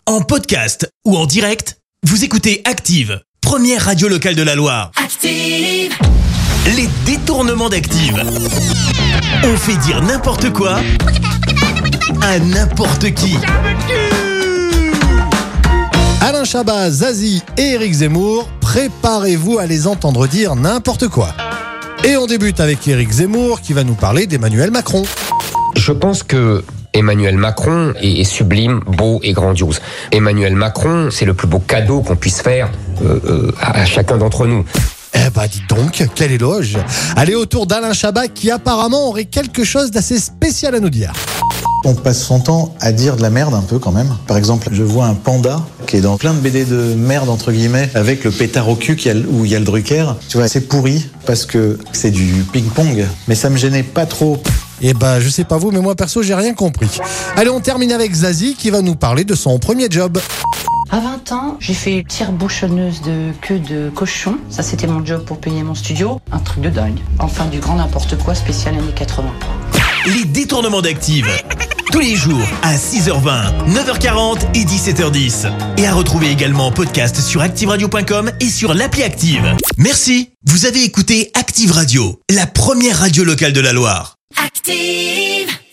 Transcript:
En podcast ou en direct, vous écoutez Active, première radio locale de la Loire. Active! Les détournements d'Active. On fait dire n'importe quoi à n'importe qui. Alain Chabat, Zazie et Éric Zemmour, préparez-vous à les entendre dire n'importe quoi. Et on débute avec Éric Zemmour qui va nous parler d'Emmanuel Macron. Je pense que Emmanuel Macron est sublime, beau et grandiose. Emmanuel Macron, c'est le plus beau cadeau qu'on puisse faire à chacun d'entre nous. Eh bah dites donc, quel éloge. Allez, au tour d'Alain Chabat qui apparemment aurait quelque chose d'assez spécial à nous dire. On passe son temps à dire de la merde un peu quand même. Par exemple, je vois un panda qui est dans plein de BD de merde entre guillemets, avec le pétard au cul où il y a le Drucker. Tu vois, c'est pourri parce que c'est du ping-pong, mais ça me gênait pas trop. Eh bah je sais pas vous, mais moi perso j'ai rien compris. Allez, on termine avec Zazie qui va nous parler de son premier job. À 20 ans, j'ai fait tire-bouchonneuse de queue de cochon. Ça, c'était mon job pour payer mon studio. Un truc de dingue. Enfin, du grand n'importe quoi spécial années 80. Les détournements d'Active. Tous les jours à 6h20, 9h40 et 17h10. Et à retrouver également en podcast sur activeradio.com et sur l'appli Active. Merci. Vous avez écouté Active Radio, la première radio locale de la Loire. Active!